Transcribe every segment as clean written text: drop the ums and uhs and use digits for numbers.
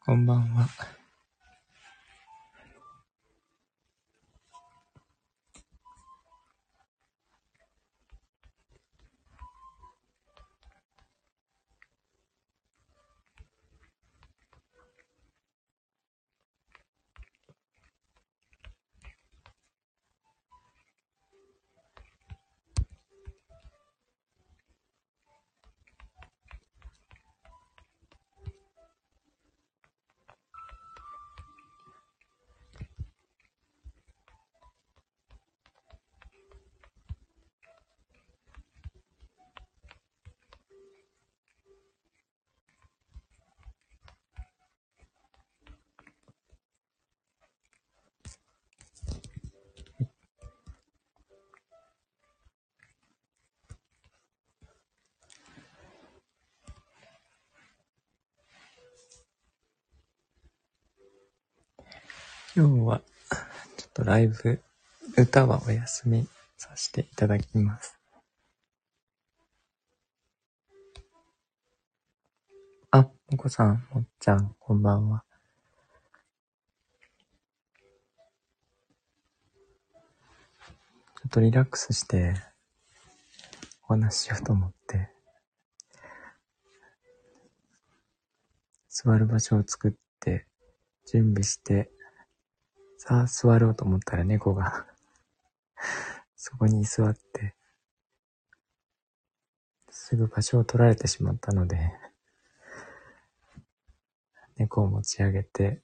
こんばんは。今日はちょっとライブ、歌はお休みさせていただきます。あ、もこさん、もっちゃん、こんばんは。ちょっとリラックスしてお話ししようと思って、座る場所を作って準備して、さあ座ろうと思ったら猫がそこに座ってすぐ場所を取られてしまったので、猫を持ち上げて、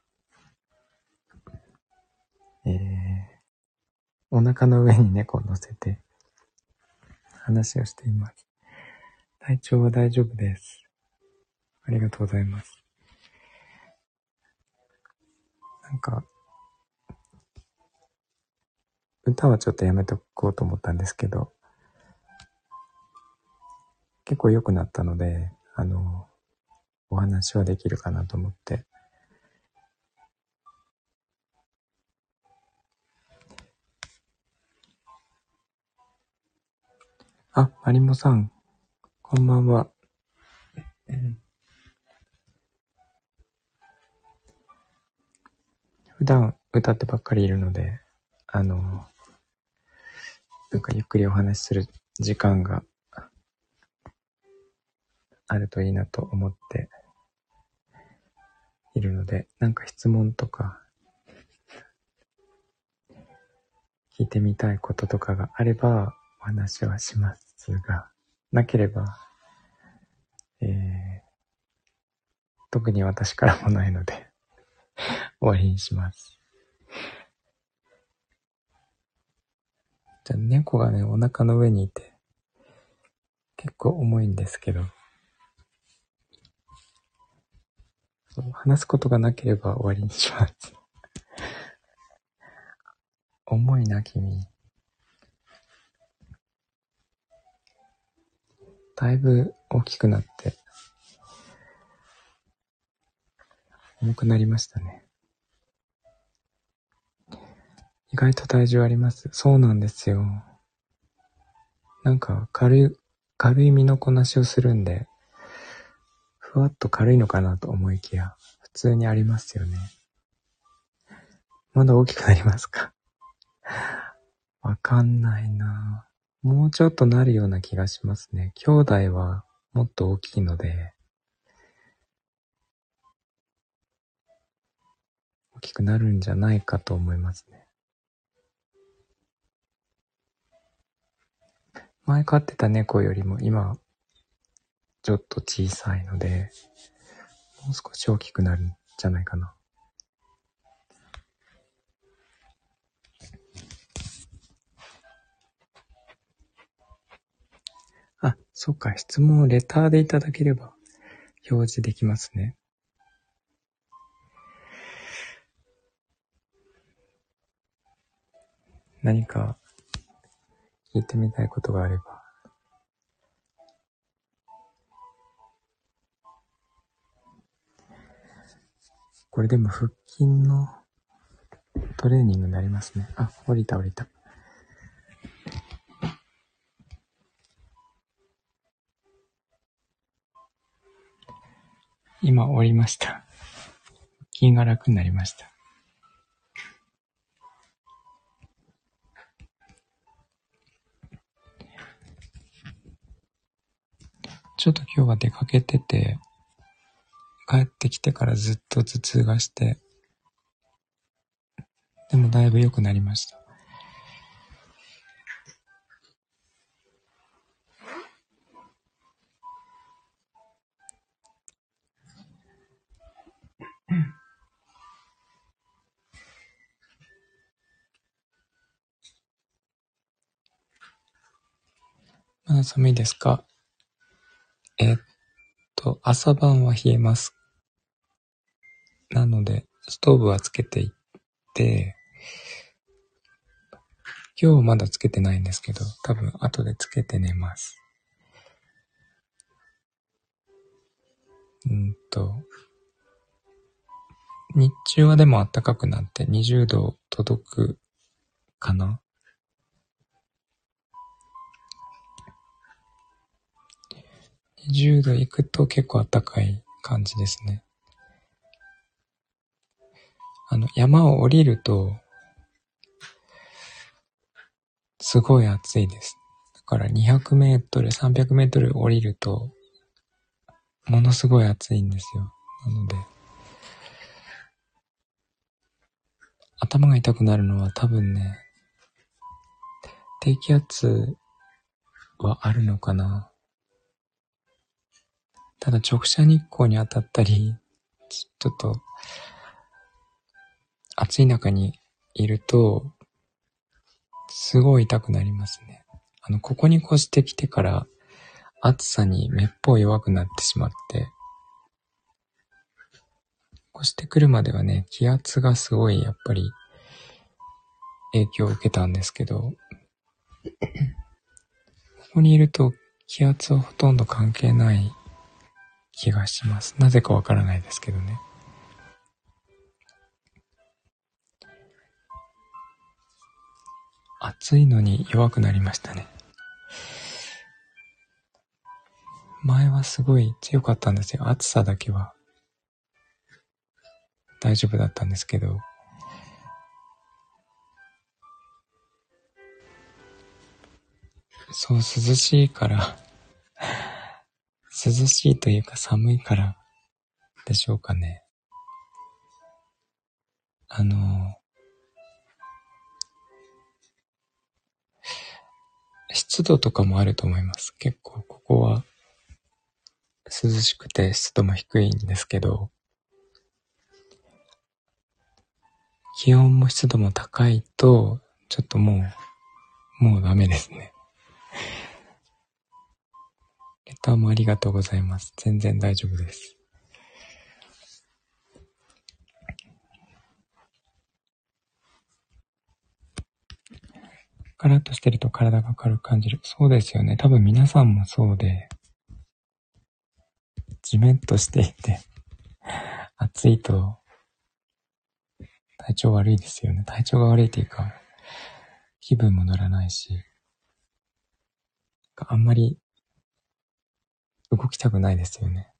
お腹の上に猫を乗せて話をしています。体調は大丈夫です。ありがとうございます。なんか歌はちょっとやめとこうと思ったんですけど、結構良くなったので、お話はできるかなと思って。あ、マリモさん、こんばんは。普段歌ってばっかりいるので、なんかゆっくりお話しする時間があるといいなと思っているので、なんか質問とか聞いてみたいこととかがあればお話はしますが、なければ、特に私からもないので終わりにします。じゃあ猫がね、お腹の上にいて結構重いんですけど、話すことがなければ終わりにします。重いな君。だいぶ大きくなって重くなりましたね。意外と体重あります。そうなんですよ。なんか軽い身のこなしをするんで、ふわっと軽いのかなと思いきや、普通にありますよね。まだ大きくなりますか？わかんないな。もうちょっとなるような気がしますね。兄弟はもっと大きいので、大きくなるんじゃないかと思いますね。前飼ってた猫よりも今ちょっと小さいので、もう少し大きくなるんじゃないかな。あ、そっか、質問をレターでいただければ表示できますね。何か聞いてみたいことがあれば。これでも腹筋のトレーニングになりますね。あ、降りた。今降りました。 気が楽になりました。ちょっと今日は出かけてて、帰ってきてからずっと頭痛がして、でもだいぶ良くなりました。まだ寒いですか？朝晩は冷えます。なので、ストーブはつけていって、今日はまだつけてないんですけど、多分後でつけて寝ます。日中はでも暖かくなって20度届くかな。20度行くと結構暖かい感じですね。山を降りるとすごい暑いです。だから200メートル、300メートル降りるとものすごい暑いんですよ。なので頭が痛くなるのは多分ね、低気圧はあるのかな。ただ直射日光に当たったり、ちょっと暑い中にいるとすごい痛くなりますね。ここに越してきてから暑さにめっぽう弱くなってしまって、越してくるまではね、気圧がすごいやっぱり影響を受けたんですけど、ここにいると気圧はほとんど関係ない気がします。なぜかわからないですけどね。暑いのに弱くなりましたね。前はすごい強かったんですよ。暑さだけは大丈夫だったんですけど、そう、涼しいから涼しいというか寒いからでしょうかね。湿度とかもあると思います。結構ここは涼しくて湿度も低いんですけど、気温も湿度も高いとちょっともうダメですね。レターもありがとうございます。全然大丈夫です。カラッとしてると体が軽く感じる。そうですよね。多分皆さんもそうで、ジメッとしていて暑いと体調悪いですよね。体調が悪いというか気分も乗らないし、あんまり動きたくないですよね。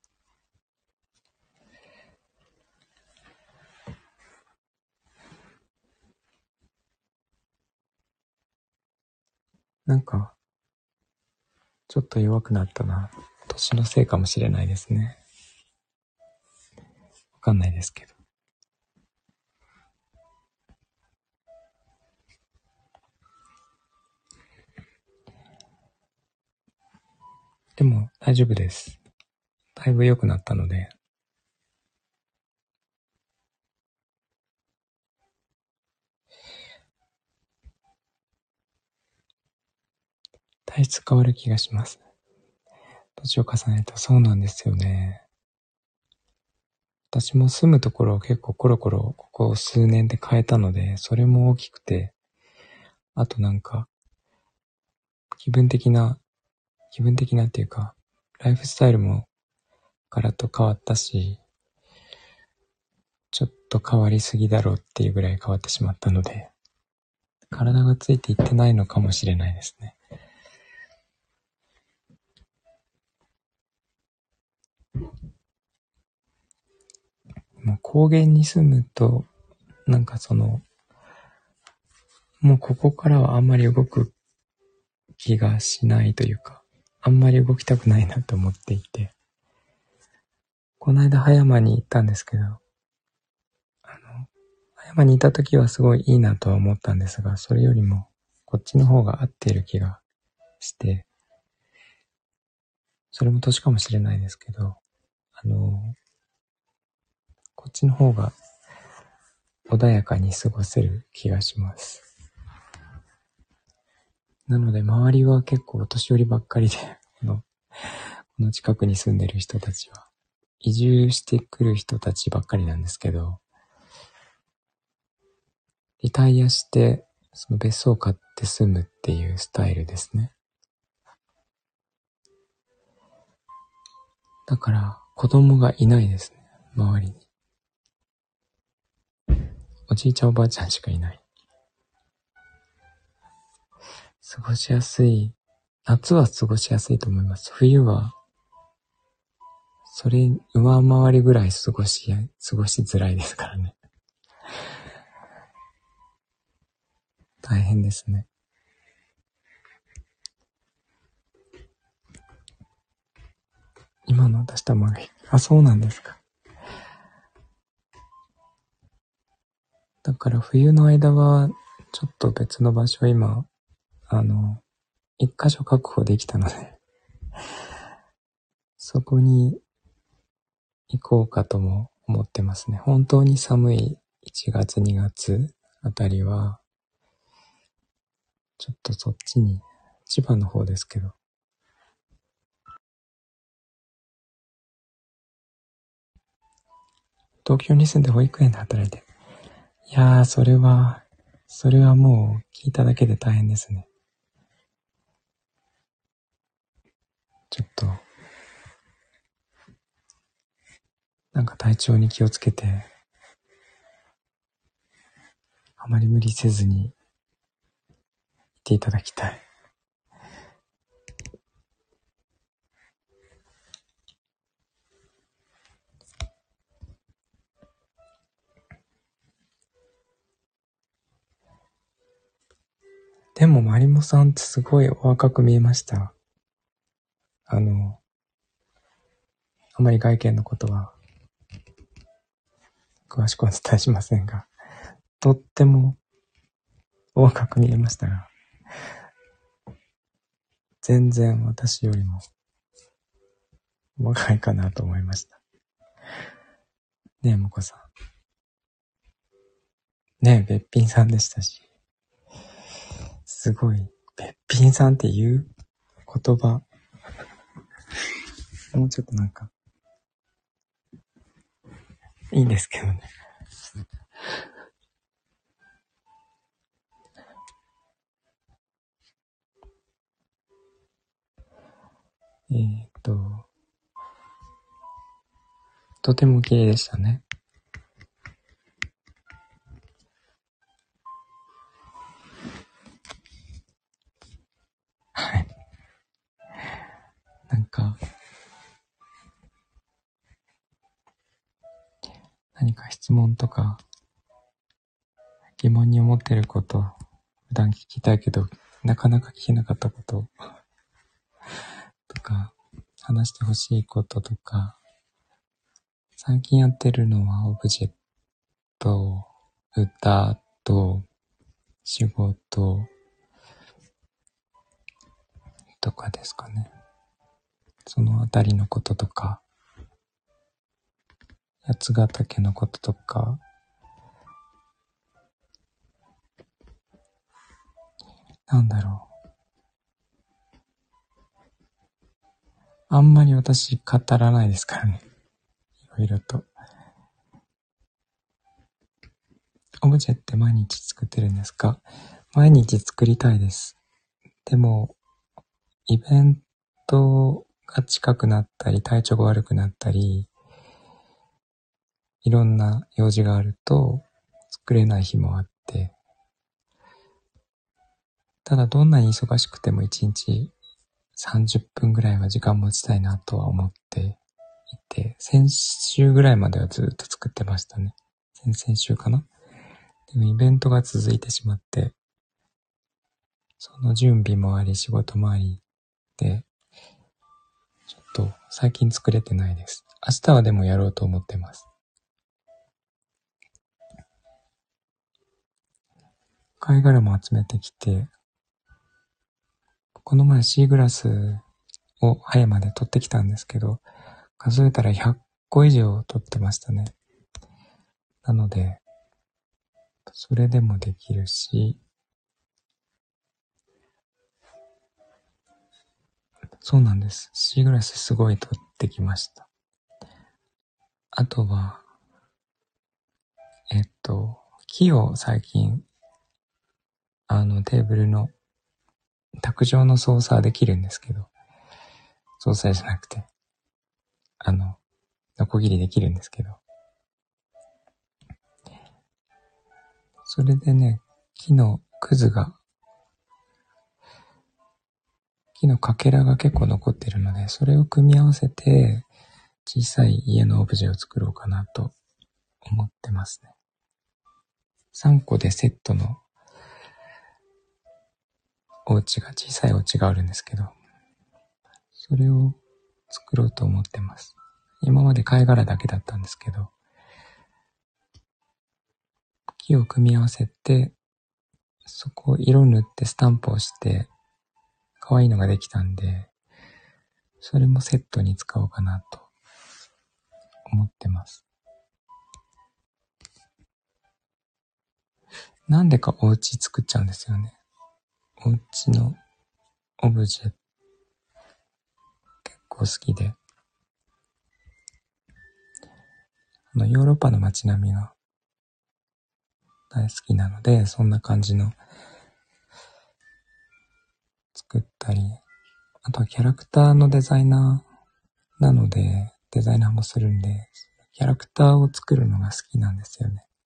なんかちょっと弱くなったな。年のせいかもしれないですね。わかんないですけど。でも大丈夫です。だいぶ良くなったので。体質変わる気がします。年を重ねるとそうなんですよね。私も住むところを結構コロコロここ数年で変えたので、それも大きくて、あとなんか気分的なっていうか、ライフスタイルもガラッと変わったし、ちょっと変わりすぎだろうっていうぐらい変わってしまったので、体がついていってないのかもしれないですね。もう高原に住むと、なんかもうここからはあんまり動く気がしないというか、あんまり動きたくないなと思っていて、この間葉山に行ったんですけど、葉山にいた時はすごいいいなとは思ったんですが、それよりもこっちの方が合っている気がして、それも年かもしれないですけど、こっちの方が穏やかに過ごせる気がします。なので周りは結構お年寄りばっかりで、この近くに住んでる人たちは、移住してくる人たちばっかりなんですけど、リタイアして、その別荘を買って住むっていうスタイルですね。だから子供がいないですね、周りに。おじいちゃんおばあちゃんしかいない。過ごしやすい。夏は過ごしやすいと思います。冬は、それ上回りぐらい過ごしづらいですからね。大変ですね。今の出した漫画、そうなんですか。だから冬の間は、ちょっと別の場所今、一箇所確保できたので、そこに行こうかとも思ってますね。本当に寒い1月2月あたりは、ちょっとそっちに、千葉の方ですけど、東京に住んで保育園で働いて。いやー、それはもう聞いただけで大変ですね。ちょっと、なんか体調に気をつけて、あまり無理せずに、いていただきたい。でも、マリモさんってすごいお若く見えました。あまり外見のことは、詳しくお伝えしませんが、とってもお若く見えましたが、全然私よりも若いかなと思いました。ねえ、もこさん。ねえ、べっぴんさんでしたし。すごい、べっぴんさんっていう言葉、もうちょっとなんか、いいんですけどね。とても綺麗でしたね。はい。なんか、何か質問とか、疑問に思ってること、普段聞きたいけど、なかなか聞けなかったこととか、話してほしいこととか、最近やってるのはオブジェと、歌と、仕事とかですかね。そのあたりのこととか、八ヶ岳のこととか、なんだろう。あんまり私語らないですからね。いろいろと。オブジェって毎日作ってるんですか？毎日作りたいです。でも、イベントが近くなったり、体調が悪くなったり、いろんな用事があると作れない日もあって、ただどんなに忙しくても1日30分ぐらいは時間持ちたいなとは思っていて、先週ぐらいまではずっと作ってましたね。先々週かな。でもイベントが続いてしまって、その準備もあり、仕事もありで、ちょっと最近作れてないです。明日はでもやろうと思ってます。貝殻も集めてきて、この前シーグラスを葉山で取ってきたんですけど、数えたら100個以上取ってましたね。なので、それでもできるし、そうなんです。シーグラスすごい取ってきました。あとは、木を最近、テーブルの卓上の操作できるんですけど、操作じゃなくて、ノコギリできるんですけど、それでね、木のかけらが結構残ってるので、それを組み合わせて、小さい家のオブジェを作ろうかなと思ってますね。3個でセットの小さいお家があるんですけど、それを作ろうと思ってます。今まで貝殻だけだったんですけど、木を組み合わせて、そこを色塗ってスタンプをして、可愛いのができたんで、それもセットに使おうかなと思ってます。なんでかお家作っちゃうんですよね。お家のオブジェ結構好きで、ヨーロッパの街並みが大好きなので、そんな感じの作ったり、あとはキャラクターのデザイナーなので、デザイナーもするんで、キャラクターを作るのが好きなんですよね。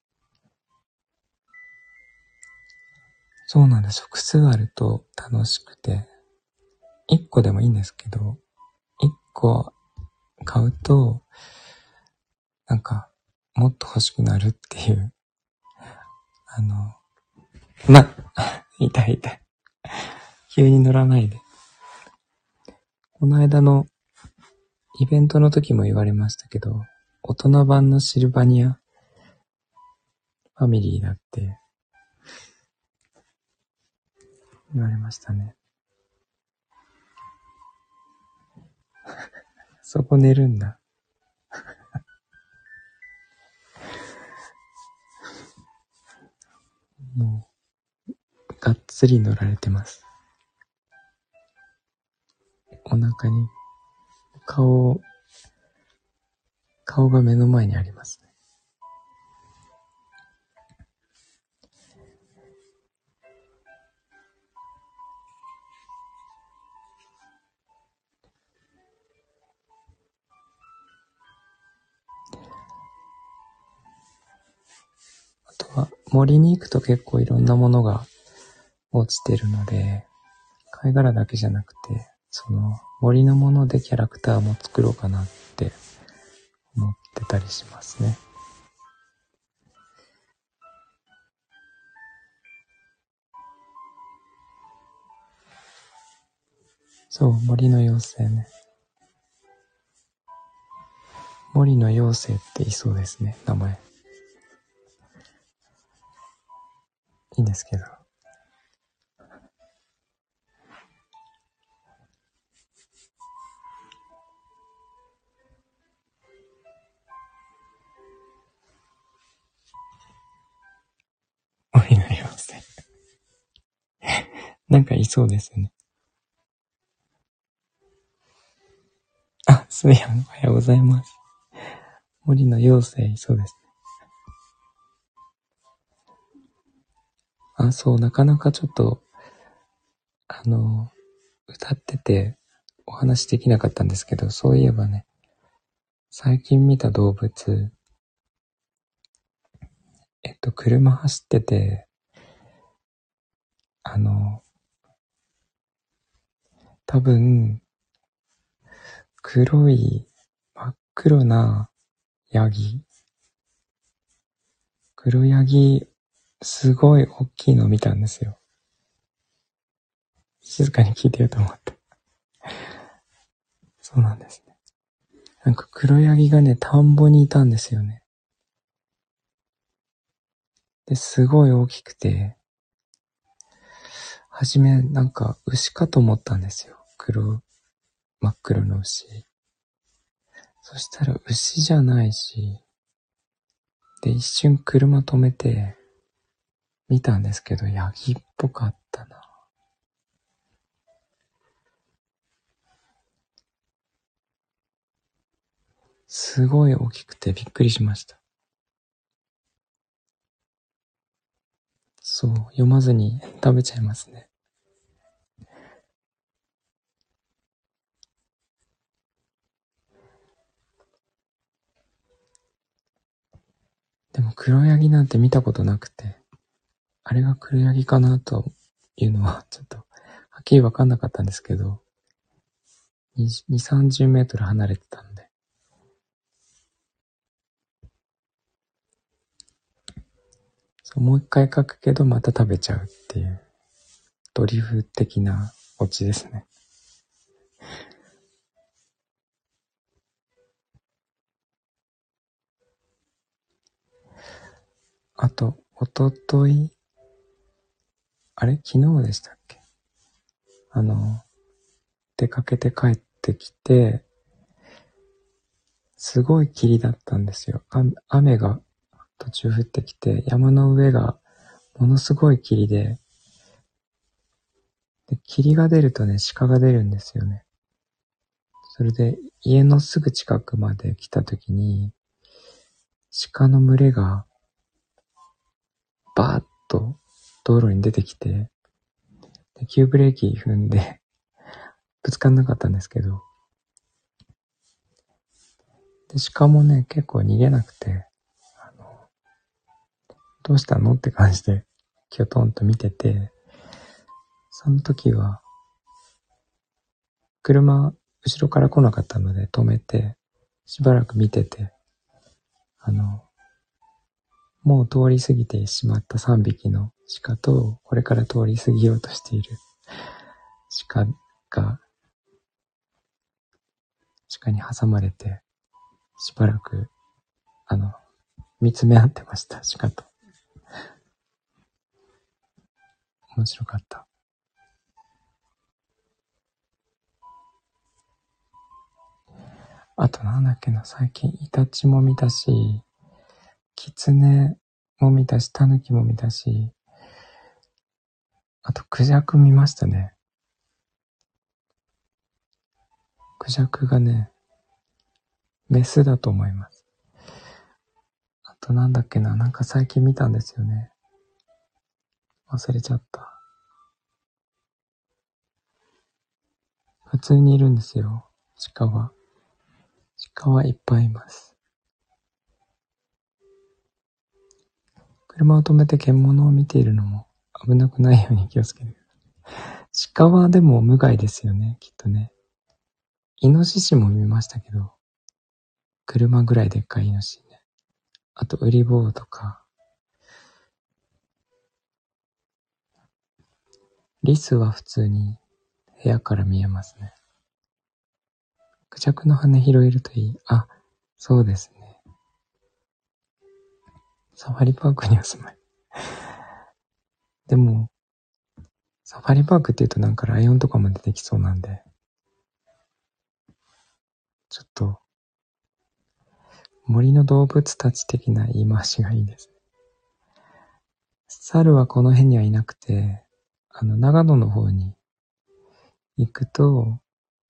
そうなんです。複数あると楽しくて、1個でもいいんですけど、1個買うと、なんか、もっと欲しくなるっていう、痛い。急に乗らないで。この間のイベントの時も言われましたけど、大人版のシルバニアファミリーだって言われましたね。そこ寝るんだ。もう、がっつり乗られてます。お腹に、顔が目の前にありますね。あとは、森に行くと結構いろんなものが落ちてるので、貝殻だけじゃなくて、その森のものでキャラクターも作ろうかなって思ってたりしますね。そう、森の妖精ね。森の妖精っていそうですね、名前。いいんですけど。森の妖精。なんかいそうですよね。あ、すやん、おはようございます。森の妖精いそうですね。あ、そう、なかなかちょっと、歌っててお話できなかったんですけど、そういえばね、最近見た動物、車走ってて、多分、真っ黒なヤギ。黒ヤギ、すごい大きいの見たんですよ。静かに聞いてよと思って。そうなんですね。なんか黒ヤギがね、田んぼにいたんですよね。で、すごい大きくて、はじめなんか牛かと思ったんですよ。真っ黒の牛。そしたら牛じゃないし、で、一瞬車止めて見たんですけど、ヤギっぽかったな。すごい大きくてびっくりしました。そう、読まずに食べちゃいますね。でも黒ヤギなんて見たことなくて、あれが黒ヤギかなというのはちょっとはっきりわかんなかったんですけど、2、30メートル離れてたので、そうもう一回書くけどまた食べちゃうっていうドリフ的なオチですね。あと、おととい、あれ昨日でしたっけ？出かけて帰ってきて、すごい霧だったんですよ。雨が途中降ってきて、山の上がものすごい霧で、霧が出るとね、鹿が出るんですよね。それで、家のすぐ近くまで来た時に、鹿の群れがバーッと道路に出てきて、で急ブレーキ踏んで、ぶつかんなかったんですけど、で鹿もね、結構逃げなくて、どうしたのって感じで、キョトンと見てて、その時は、車、後ろから来なかったので止めて、しばらく見てて、もう通り過ぎてしまった3匹の鹿と、これから通り過ぎようとしている鹿が、鹿に挟まれて、しばらく、見つめ合ってました、鹿と。面白かった。あとなんだっけな、最近イタチも見たし、キツネも見たし、タヌキも見たし、あとクジャク見ましたね。クジャクがね、メスだと思います。あとなんだっけな、なんか最近見たんですよね。忘れちゃった。普通にいるんですよ、鹿は。鹿はいっぱいいます。車を止めて獣を見ているのも危なくないように気をつけて。鹿はでも無害ですよね、きっとね。イノシシも見ましたけど、車ぐらいでっかいイノシシね。あとウリボウとか、リスは普通に部屋から見えますね。クジャクの羽拾えるといい。あ、そうですね。サファリパークにお住まい。でも、サファリパークって言うとなんかライオンとかも出てきそうなんで、ちょっと、森の動物たち的な言い回しがいいですね。猿はこの辺にはいなくて、長野の方に行くと、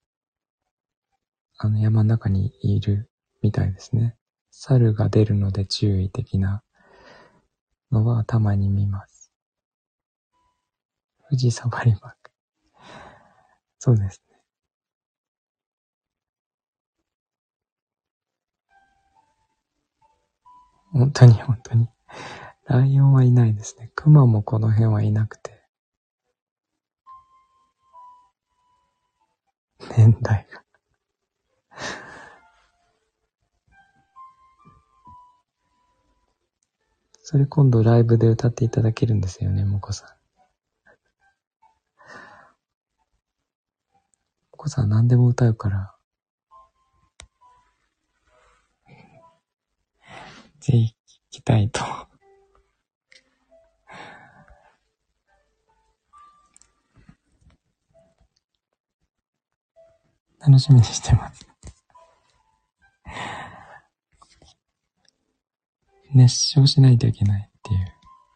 山の中にいるみたいですね。猿が出るので注意的なのはたまに見ます。富士サファリパーク。そうですね。本当に本当に。ライオンはいないですね。クマもこの辺はいなくて。年代が。 それ今度ライブで歌っていただけるんですよね、もこさん。もこさん何でも歌うから、ぜひ聞きたいと。楽しみにしてます。熱唱しないといけないっていう。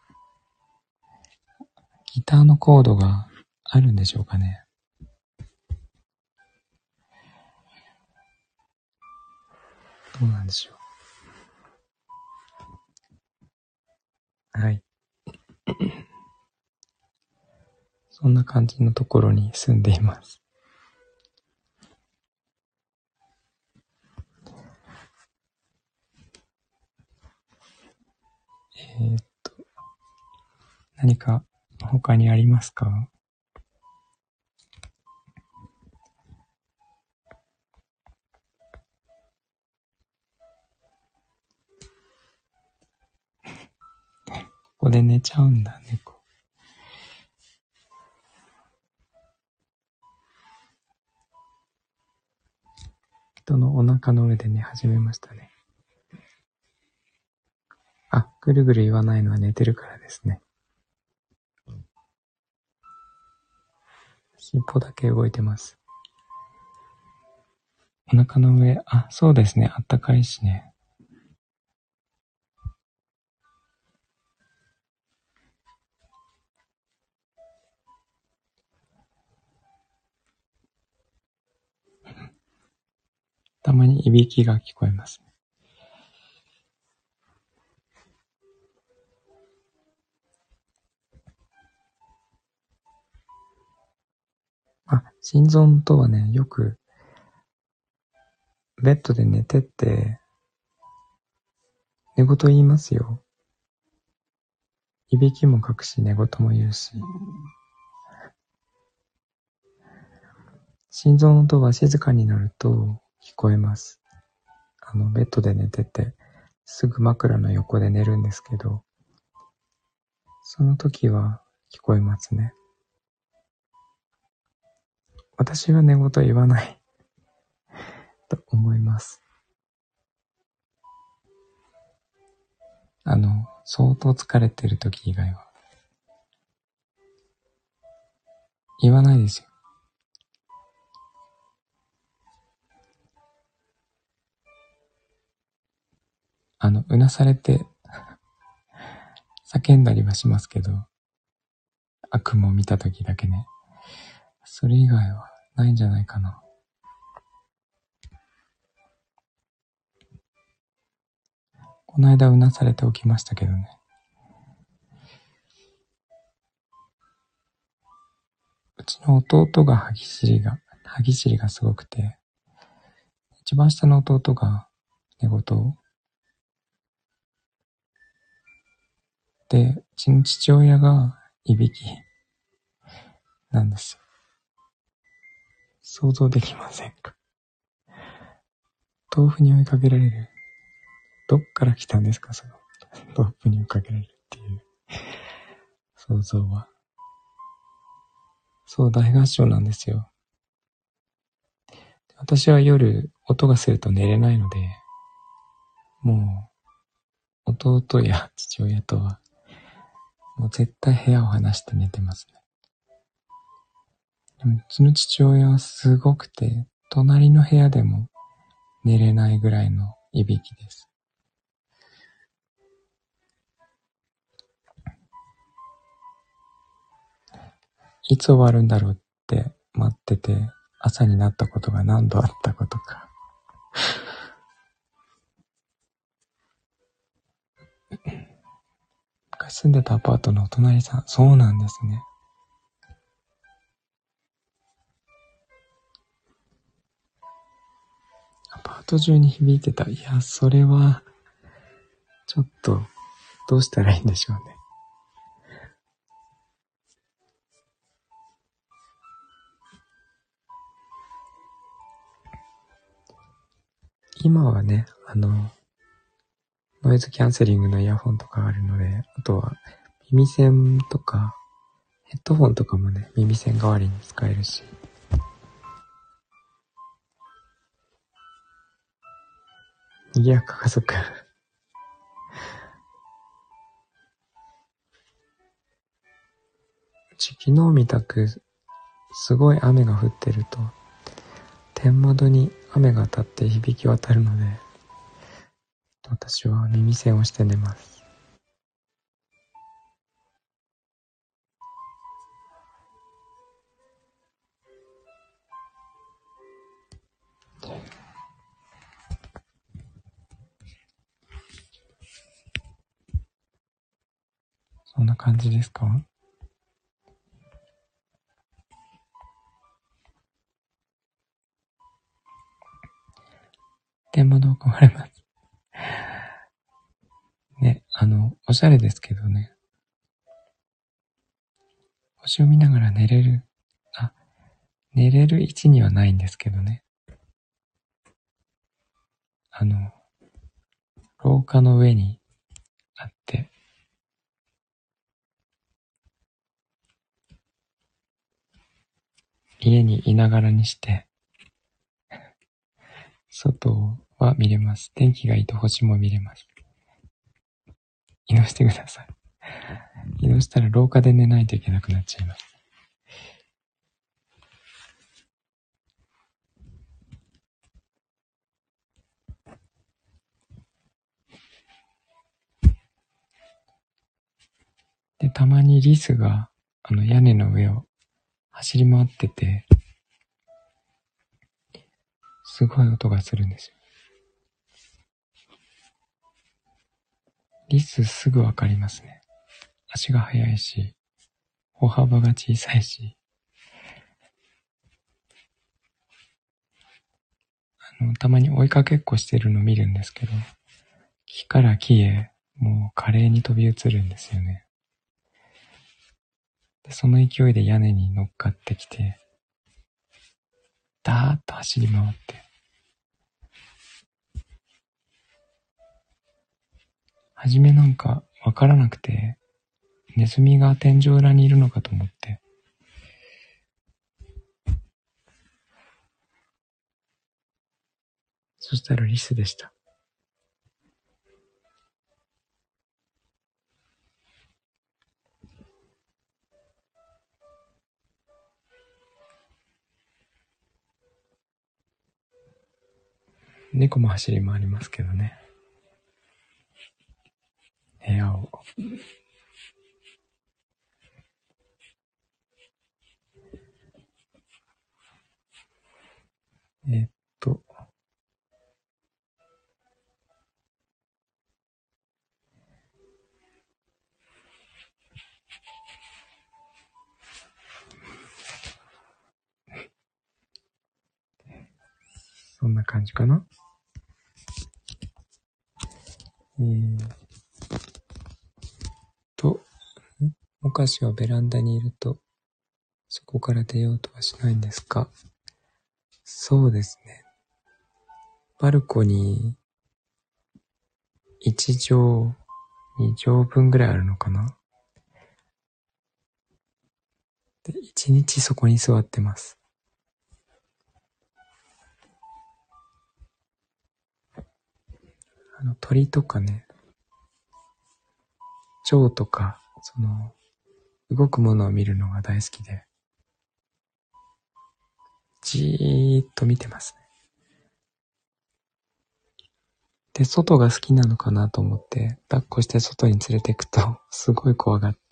ギターのコードがあるんでしょうかね。どうなんでしょう。はい。そんな感じのところに住んでいます。何か他にありますか？ここで寝ちゃうんだ、猫。人のお腹の上で寝始めましたね。あ、ぐるぐる言わないのは寝てるからですね。尻尾だけ動いてます。お腹の上、あ、そうですね。あったかいしね。たまにいびきが聞こえます。あ、心臓とはね、よくベッドで寝てって寝言言いますよ。いびきもかくし寝言も言うし。心臓の音は静かになると聞こえます。ベッドで寝ててすぐ枕の横で寝るんですけど、その時は聞こえますね。私は寝言言わないと思います。相当疲れてる時以外は言わないですよ。うなされて叫んだりはしますけど、悪夢を見た時だけね。それ以外はないんじゃないかな。この間うなされて起きましたけどね。うちの弟が歯ぎしりがすごくて、一番下の弟が寝言で、うちの父親がいびきなんですよ。想像できませんか？豆腐に追いかけられる。どっから来たんですか、その豆腐に追いかけられるっていう想像は。そう、大合唱なんですよ。私は夜音がすると寝れないので、もう弟や父親とはもう絶対部屋を離して寝てますね。でもうちの父親はすごくて、隣の部屋でも寝れないぐらいのいびきです。いつ終わるんだろうって待ってて、朝になったことが何度あったことか。昔住んでたアパートのお隣さん、そうなんですね。アパート中に響いてた。いや、それは、ちょっと、どうしたらいいんでしょうね。今はね、 ノイズキャンセリングのイヤホンとかあるので、あとは耳栓とか、ヘッドフォンとかもね、耳栓代わりに使えるし。賑やか家族。うち昨日みたく、すごい雨が降ってると、天窓に雨が当たって響き渡るので、私は耳栓をして寝ます。そんな感じですか？天窓を壊れます。ね、おしゃれですけどね。星を見ながら寝れる位置にはないんですけどね。廊下の上にあって、家にいながらにして、外は見れます。天気がいいと星も見れます。移動してください。移動したら廊下で寝ないといけなくなっちゃいます。で、たまにリスが、屋根の上を走り回ってて、すごい音がするんですよ。リスすぐわかりますね。足が速いし、歩幅が小さいし、たまに追いかけっこしてるの見るんですけど、木から木へもう華麗に飛び移るんですよね。で、その勢いで屋根に乗っかってきて、ダーッと走り回って、はじめなんかわからなくて、ネズミが天井裏にいるのかと思って、そしたらリスでした。猫も走り回りますけどね。部屋を。えっと、そんな感じかな。お菓子はベランダにいると、そこから出ようとはしないんですか？そうですね。バルコニー1畳、2畳分ぐらいあるのかな。で、1日そこに座ってます。鳥とかね、蝶とか、動くものを見るのが大好きで、じーっと見てますね。で、外が好きなのかなと思って、抱っこして外に連れてくと、すごい怖がって、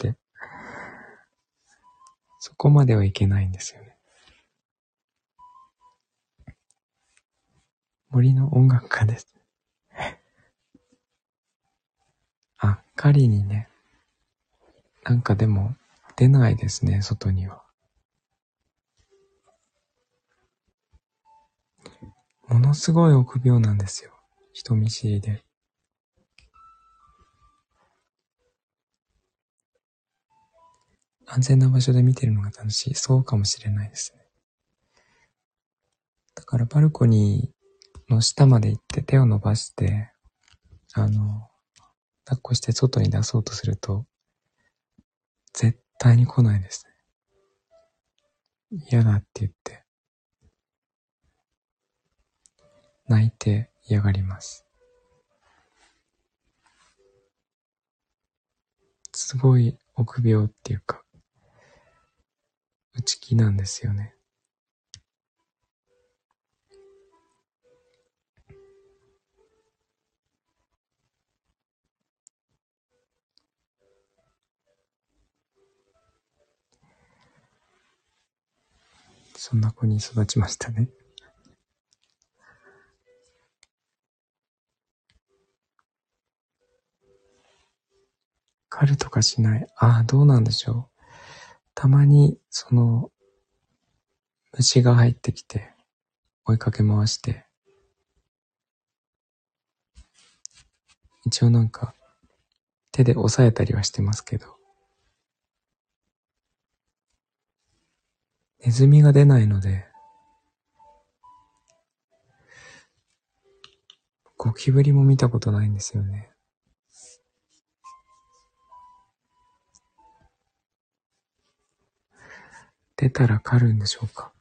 そこまではいけないんですよね。森の音楽家です。狩りにね、なんかでも、出ないですね、外には。ものすごい臆病なんですよ。人見知りで。安全な場所で見てるのが楽しい。そうかもしれないですね。だからバルコニーの下まで行って手を伸ばして、 抱っこして外に出そうとすると、絶対に来ないですね。嫌だって言って、泣いて嫌がります。すごい臆病っていうか、内気なんですよね。そんな子に育ちましたね。狩るとかしない。どうなんでしょう。たまに、虫が入ってきて、追いかけ回して、一応なんか、手で押さえたりはしてますけど、ネズミが出ないので、ゴキブリも見たことないんですよね。出たら狩るんでしょうか。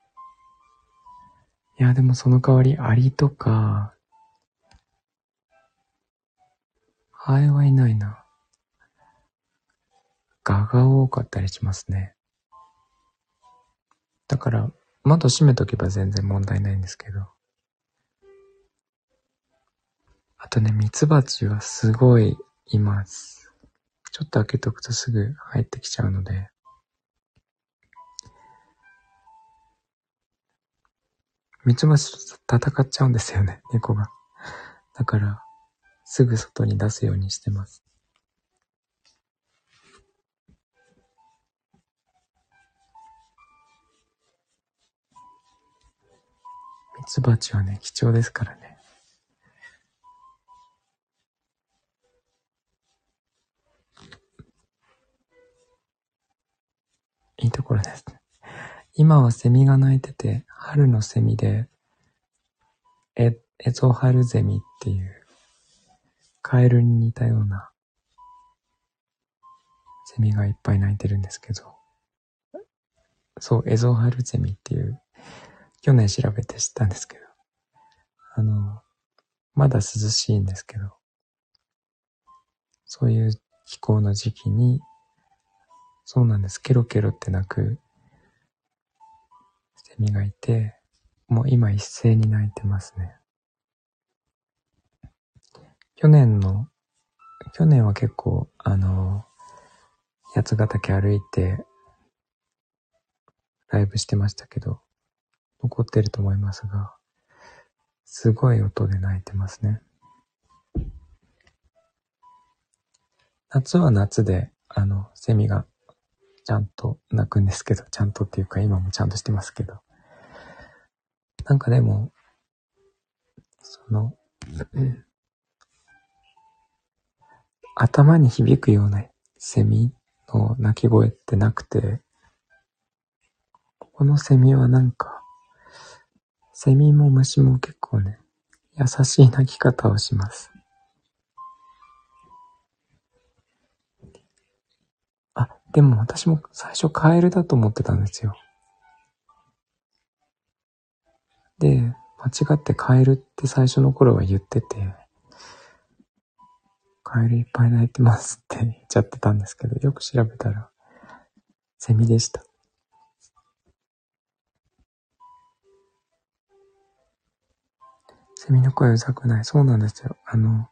いや、でもその代わりアリとか、ハエはいないな。ガが多かったりしますね。だから、窓閉めとけば全然問題ないんですけど。あとね、ミツバチはすごいいます。ちょっと開けとくとすぐ入ってきちゃうので。ミツバチと戦っちゃうんですよね、猫が。だから、すぐ外に出すようにしてます。ミツバチはね、貴重ですからね。いいところですね。今はセミが鳴いてて、春のセミで、エゾハルゼミっていう、カエルに似たようなセミがいっぱい鳴いてるんですけど、そう、エゾハルゼミっていう、去年調べて知ったんですけど、まだ涼しいんですけど、そういう気候の時期に、そうなんです、ケロケロって鳴くセミがいて、もう今一斉に鳴いてますね。去年は結構、八ヶ岳歩いて、ライブしてましたけど、残ってると思いますが、すごい音で鳴いてますね。夏は夏で、セミがちゃんと鳴くんですけど、ちゃんとっていうか今もちゃんとしてますけど。なんかでも、頭に響くようなセミの鳴き声ってなくて、このセミはなんか、セミも虫も結構ね、優しい鳴き方をします。でも私も最初カエルだと思ってたんですよ。で、間違ってカエルって最初の頃は言ってて、カエルいっぱい鳴いてますって言っちゃってたんですけど、よく調べたら、セミでした。セミの声うざくない。そうなんですよ。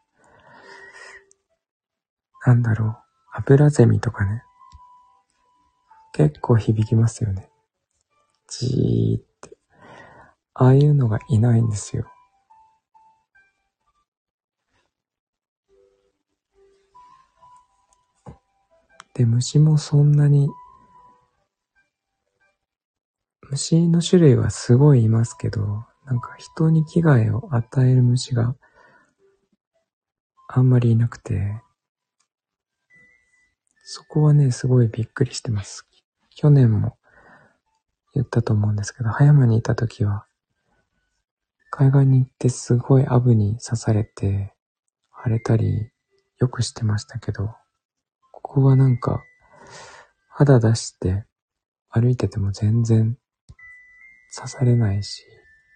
なんだろう。アブラゼミとかね。結構響きますよね。じーって。ああいうのがいないんですよ。で、虫もそんなに、虫の種類はすごいいますけど、なんか人に危害を与える虫があんまりいなくて、そこはね、すごいびっくりしてます。去年も言ったと思うんですけど、葉山にいた時は、海岸に行ってすごいアブに刺されて、腫れたり、 よくしてましたけど、ここはなんか肌出して歩いてても全然刺されないし、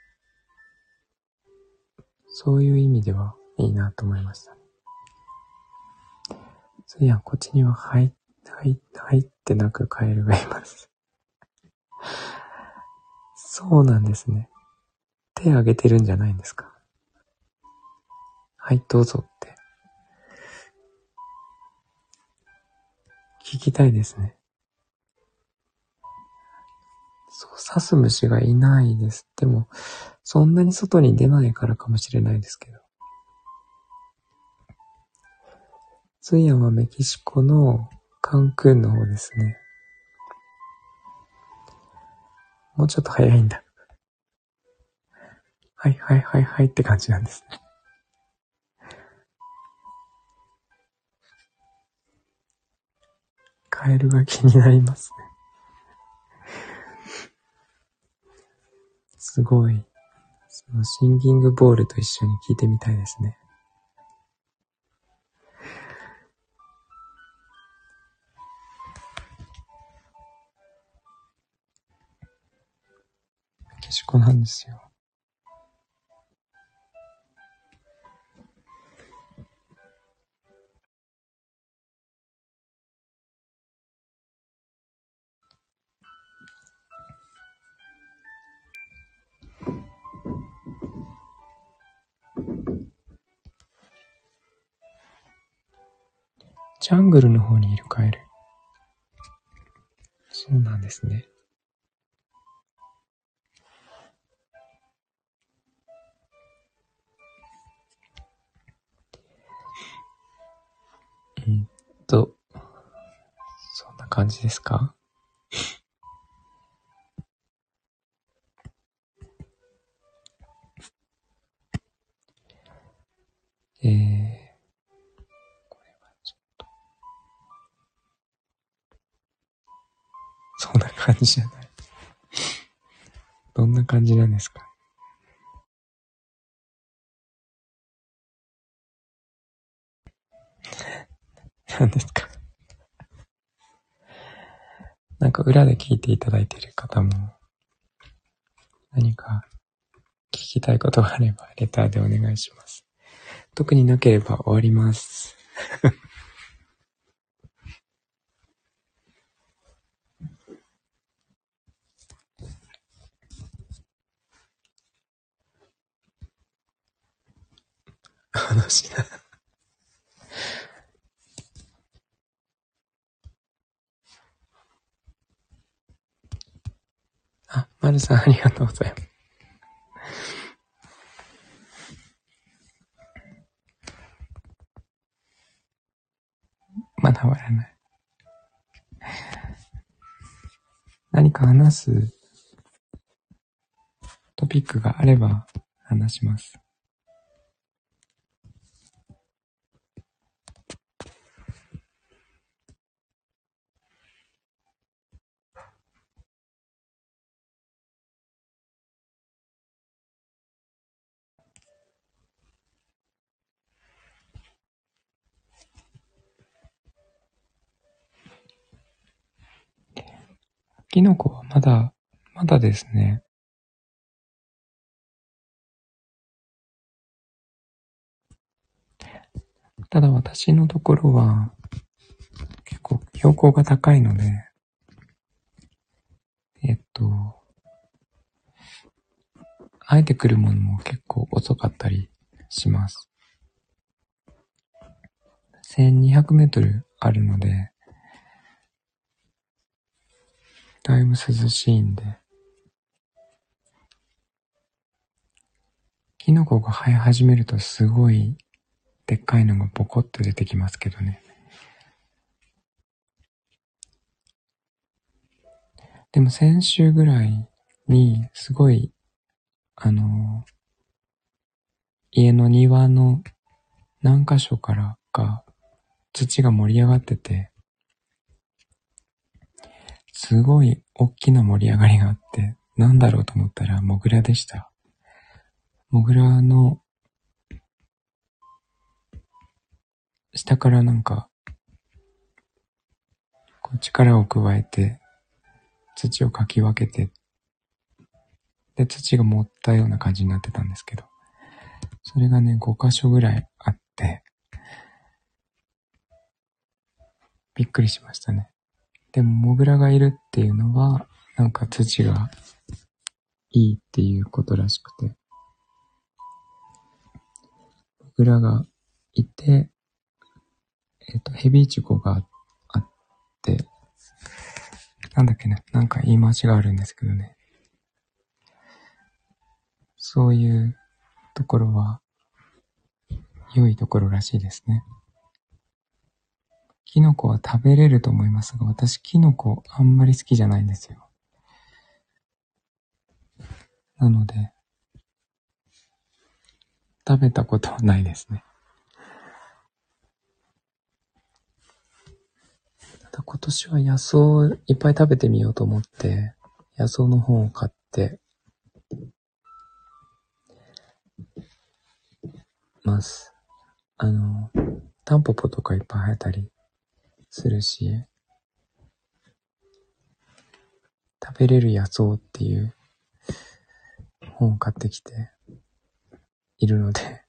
そういう意味ではいいなと思いましたね。そういや、こっちには入ってなくカエルがいます。そうなんですね。手挙げてるんじゃないんですか。はい、どうぞって。聞きたいですね。そう、刺す虫がいないです。でも、そんなに外に出ないからかもしれないですけど。スイアンはメキシコのカンクンの方ですね。もうちょっと早いんだ。はいって感じなんですね。カエルが気になりますね。すごい。そのシンギングボールと一緒に聞いてみたいですね。メキシコなんですよ。ジャングルの方にいるカエル。そうなんですね。そんな感じですか？これはちょっと、そんな感じじゃない。どんな感じなんですか？何ですか？なんか裏で聞いていただいている方も、何か聞きたいことがあれば、レターでお願いします。特になければ終わります。話だ。あ、まるさんありがとうございます。まだ終わらない。何か話すトピックがあれば話します。キノコはまだですね。ただ私のところは結構標高が高いので、生えてくるものも結構遅かったりします。1200メートルあるので、だいぶ涼しいんで、キノコが生え始めるとすごいでっかいのがボコッと出てきますけどね。でも先週ぐらいにすごい、家の庭の何箇所からか土が盛り上がってて、すごい大きな盛り上がりがあって、なんだろうと思ったらモグラでした。モグラの下からなんか、こう力を加えて、土をかき分けて、で、土が盛ったような感じになってたんですけど、それがね、5箇所ぐらいあって、びっくりしましたね。でも、モグラがいるっていうのは、なんか土がいいっていうことらしくて、モグラがいて、ヘビイチゴがあって、なんだっけね、なんか言い回しがあるんですけどね。そういうところは、良いところらしいですね。キノコは食べれると思いますが、私キノコあんまり好きじゃないんですよ。なので、食べたことはないですね。ただ今年は野草をいっぱい食べてみようと思って、野草の本を買って、ます。タンポポとかいっぱい生えたりするし、食べれる野草っていう本を買ってきているので、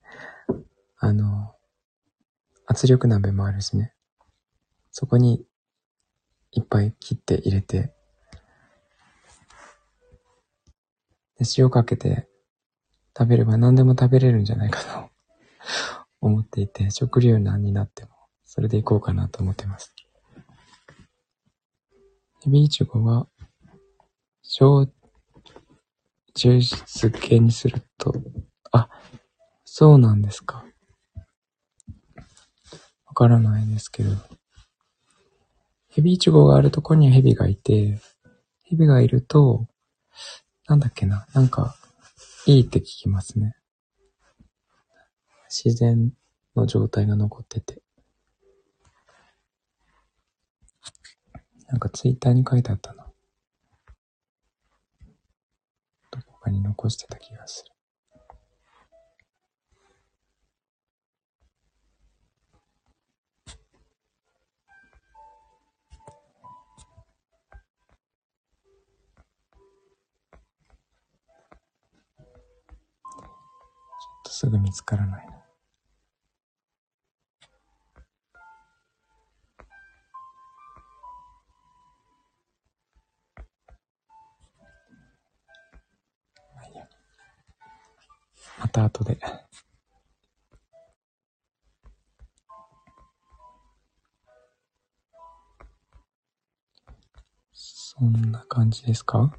圧力鍋もあるしね。そこにいっぱい切って入れて、で塩かけて食べれば何でも食べれるんじゃないかと思っていて、食糧難になってもそれでいこうかなと思ってます。ヘビイチゴは小抽出系にすると、そうなんですか。わからないですけど、ヘビイチゴがあるところにはヘビがいて、ヘビがいると、なんだっけな、なんかいいって聞きますね。自然の状態が残ってて。なんかツイッターに書いてあったな。どこかに残してた気がする。すぐ見つからないな。また後で。そんな感じですか？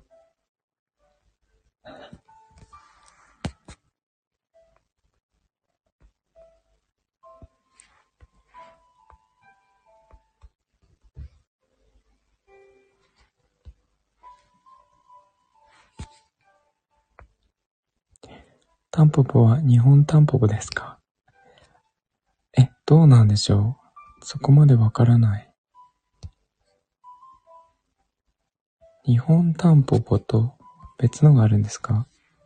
タンポポは日本タンポポですか？どうなんでしょう？そこまでわからない。日本タンポポと別のがあるんですか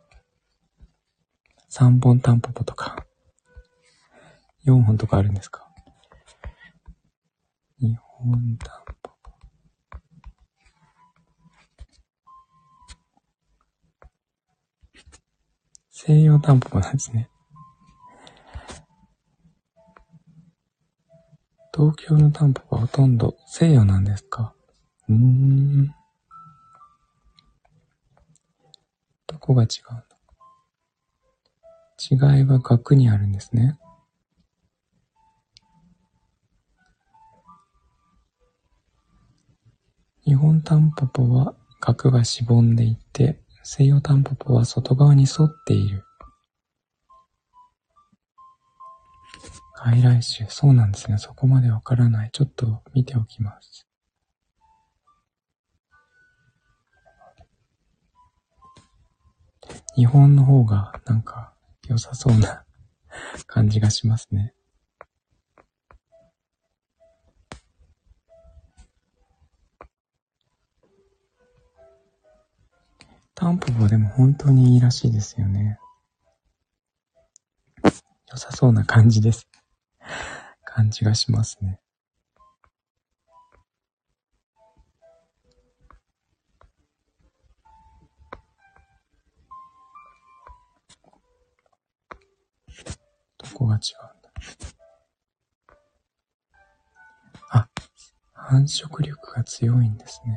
？3本タンポポとか4本とかあるんですか？日本タンポポ。西洋タンポポなんですね。東京のタンポポはほとんど西洋なんですか？どこが違うの？違いは額にあるんですね。日本タンポポは額がしぼんでいて、西洋タンポポは外側に沿っている。外来種、そうなんですね。そこまでわからない。ちょっと見ておきます。日本の方がなんか良さそうな感じがしますね。タンポポでも本当にいいらしいですよね。良さそうな感じです。 感じがしますね。どこが違うんだ。あ、繁殖力が強いんですね。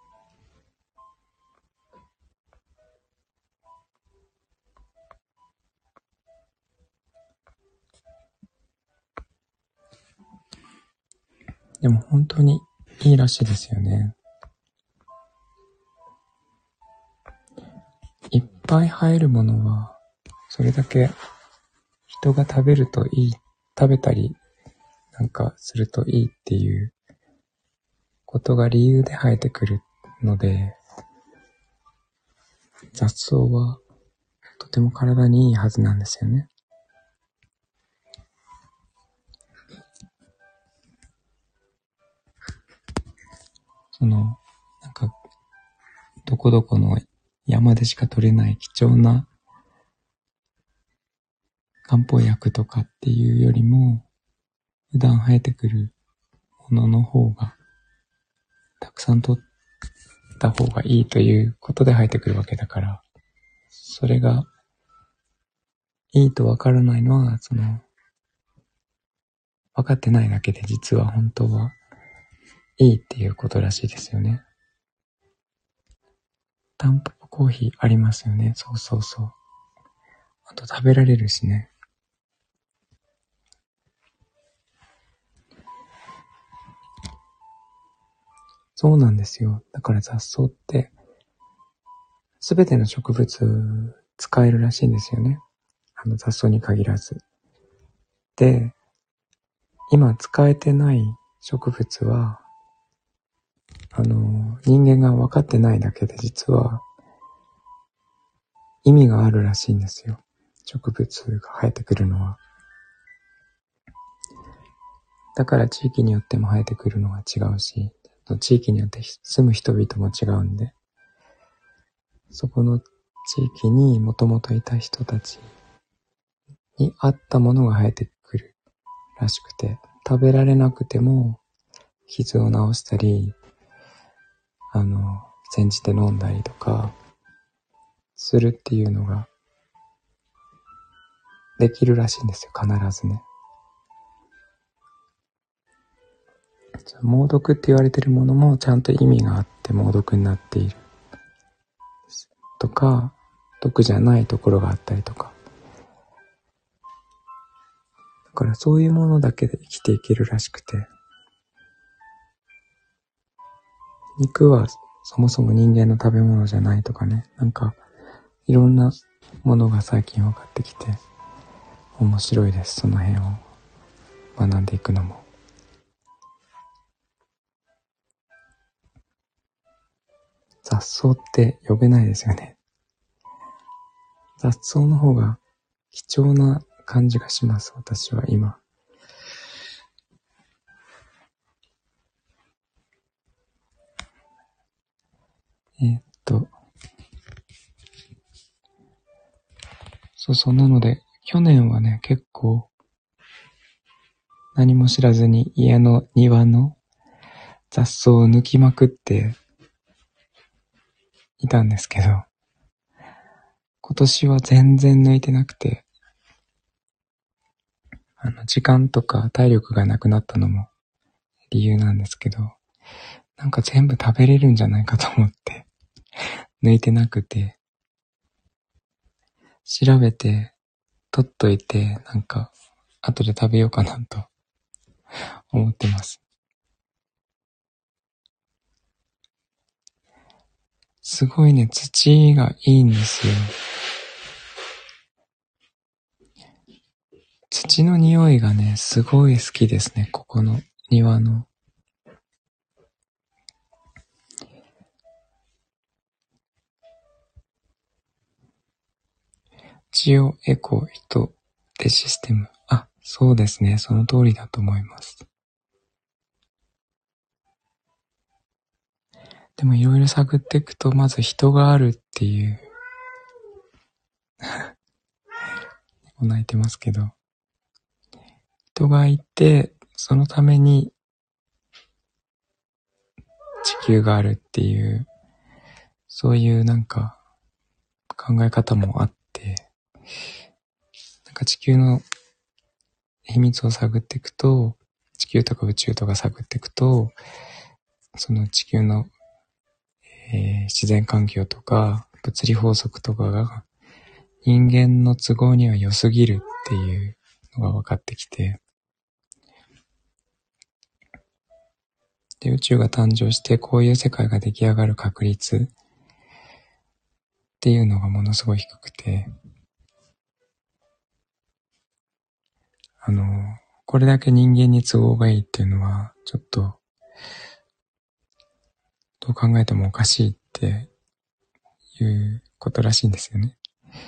でも本当にいいらしいですよね。いっぱい生えるものは、それだけ人が食べるといい、食べたりなんかするといいっていうことが理由で生えてくるので、雑草はとても体にいいはずなんですよね。なんか、どこどこの山でしか取れない貴重な漢方薬とかっていうよりも、普段生えてくるものの方が、たくさん取った方がいいということで生えてくるわけだから、それがいいとわからないのは、分かってないだけで実は本当はいいっていうことらしいですよね。タンポポコーヒーありますよね。そうそうそう。あと食べられるしね。そうなんですよ。だから雑草って、すべての植物使えるらしいんですよね。雑草に限らず。で、今使えてない植物は、人間が分かってないだけで実は意味があるらしいんですよ。植物が生えてくるのは。だから地域によっても生えてくるのは違うし、地域によって住む人々も違うんで、そこの地域にもともといた人たちに合ったものが生えてくるらしくて、食べられなくても傷を治したり、煎じて飲んだりとかするっていうのができるらしいんですよ、必ずね。猛毒って言われてるものもちゃんと意味があって猛毒になっているとか、毒じゃないところがあったりとか。だからそういうものだけで生きていけるらしくて、肉はそもそも人間の食べ物じゃないとかね、なんかいろんなものが最近分かってきて面白いです。その辺を学んでいくのも。雑草って呼べないですよね。雑草の方が貴重な感じがします、私は今。そう、なので、去年はね、結構、何も知らずに家の庭の雑草を抜きまくっていたんですけど、今年は全然抜いてなくて、時間とか体力がなくなったのも理由なんですけど、なんか全部食べれるんじゃないかと思って、抜いてなくて、調べて、取っといて、なんか、後で食べようかなと思ってます。すごいね、土がいいんですよ。土の匂いがね、すごい好きですね、ここの庭の。ジオエコ人手システム。あ、そうですね、その通りだと思います。でもいろいろ探っていくと、まず人があるっていう、泣いてますけど、人がいて、 そのために地球があるっていう、そういうなんか考え方もあって、なんか地球の秘密を探っていくと、地球とか宇宙とか探っていくと、その地球の、自然環境とか物理法則とかが人間の都合には良すぎるっていうのが分かってきて、で、宇宙が誕生してこういう世界が出来上がる確率っていうのがものすごい低くて、これだけ人間に都合がいいっていうのは、ちょっと、どう考えてもおかしいっていうことらしいんですよね。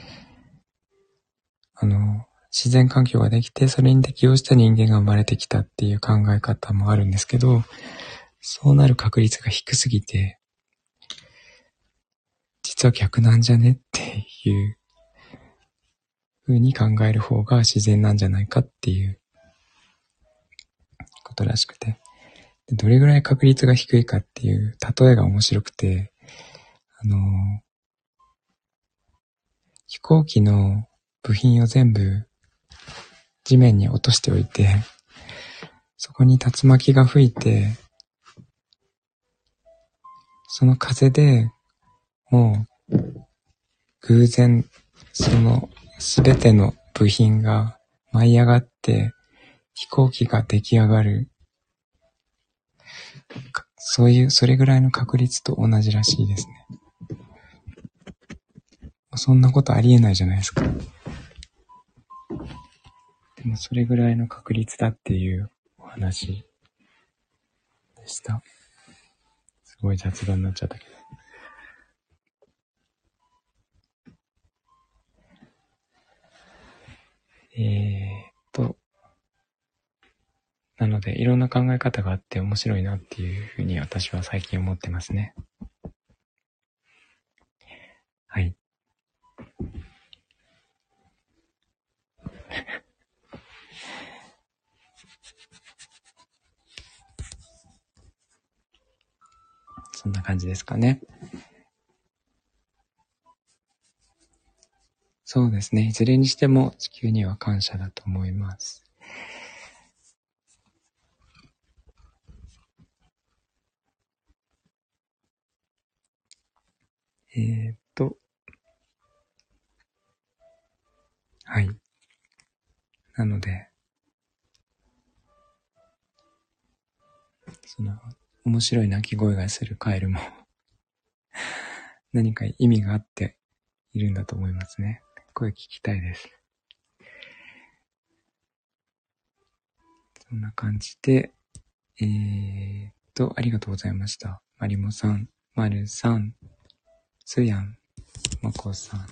自然環境ができて、それに適応した人間が生まれてきたっていう考え方もあるんですけど、そうなる確率が低すぎて、実は逆なんじゃねっていう風に考える方が自然なんじゃないかっていうことらしくて、どれぐらい確率が低いかっていう例えが面白くて、飛行機の部品を全部地面に落としておいて、そこに竜巻が吹いて、その風でもう偶然そのすべての部品が舞い上がって飛行機が出来上がる、それぐらいの確率と同じらしいですね。そんなことありえないじゃないですか。でもそれぐらいの確率だっていうお話でした。すごい雑談になっちゃったけど。なのでいろんな考え方があって面白いなっていうふうに私は最近思ってますね。はい。そんな感じですかね。そうですね。いずれにしても地球には感謝だと思います。はい。なので、その面白い鳴き声がするカエルも何か意味があっているんだと思いますね。声聞きたいです。そんな感じで、ありがとうございました。まりもさん、まるさん、つやん、まこさん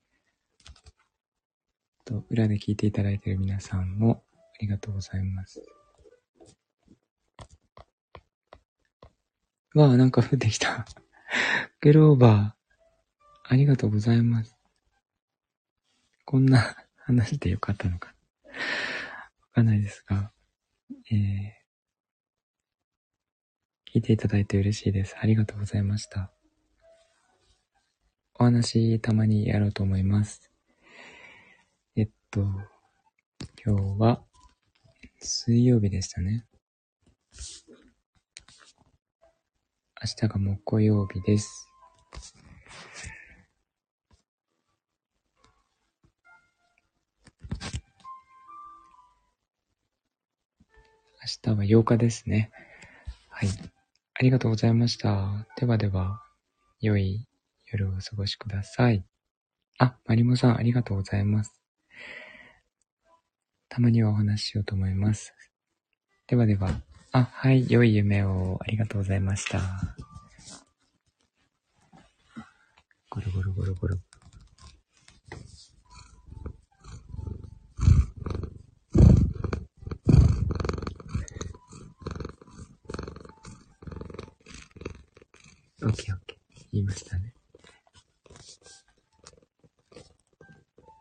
と、裏で聞いていただいている皆さんもありがとうございます。わあ、なんか降ってきた。グローバー、ありがとうございます。こんな話でよかったのか。わかんないですが、聞いていただいて嬉しいです。ありがとうございました。お話たまにやろうと思います。今日は水曜日でしたね。明日が木曜日です。明日は8日ですね。はい。ありがとうございました。ではでは、良い夜をお過ごしください。あ、まりもさんありがとうございます。たまにはお話ししようと思います。ではでは、はい、良い夢をありがとうございました。ゴロゴロゴロゴロ。オッケーオッケー。言いましたね。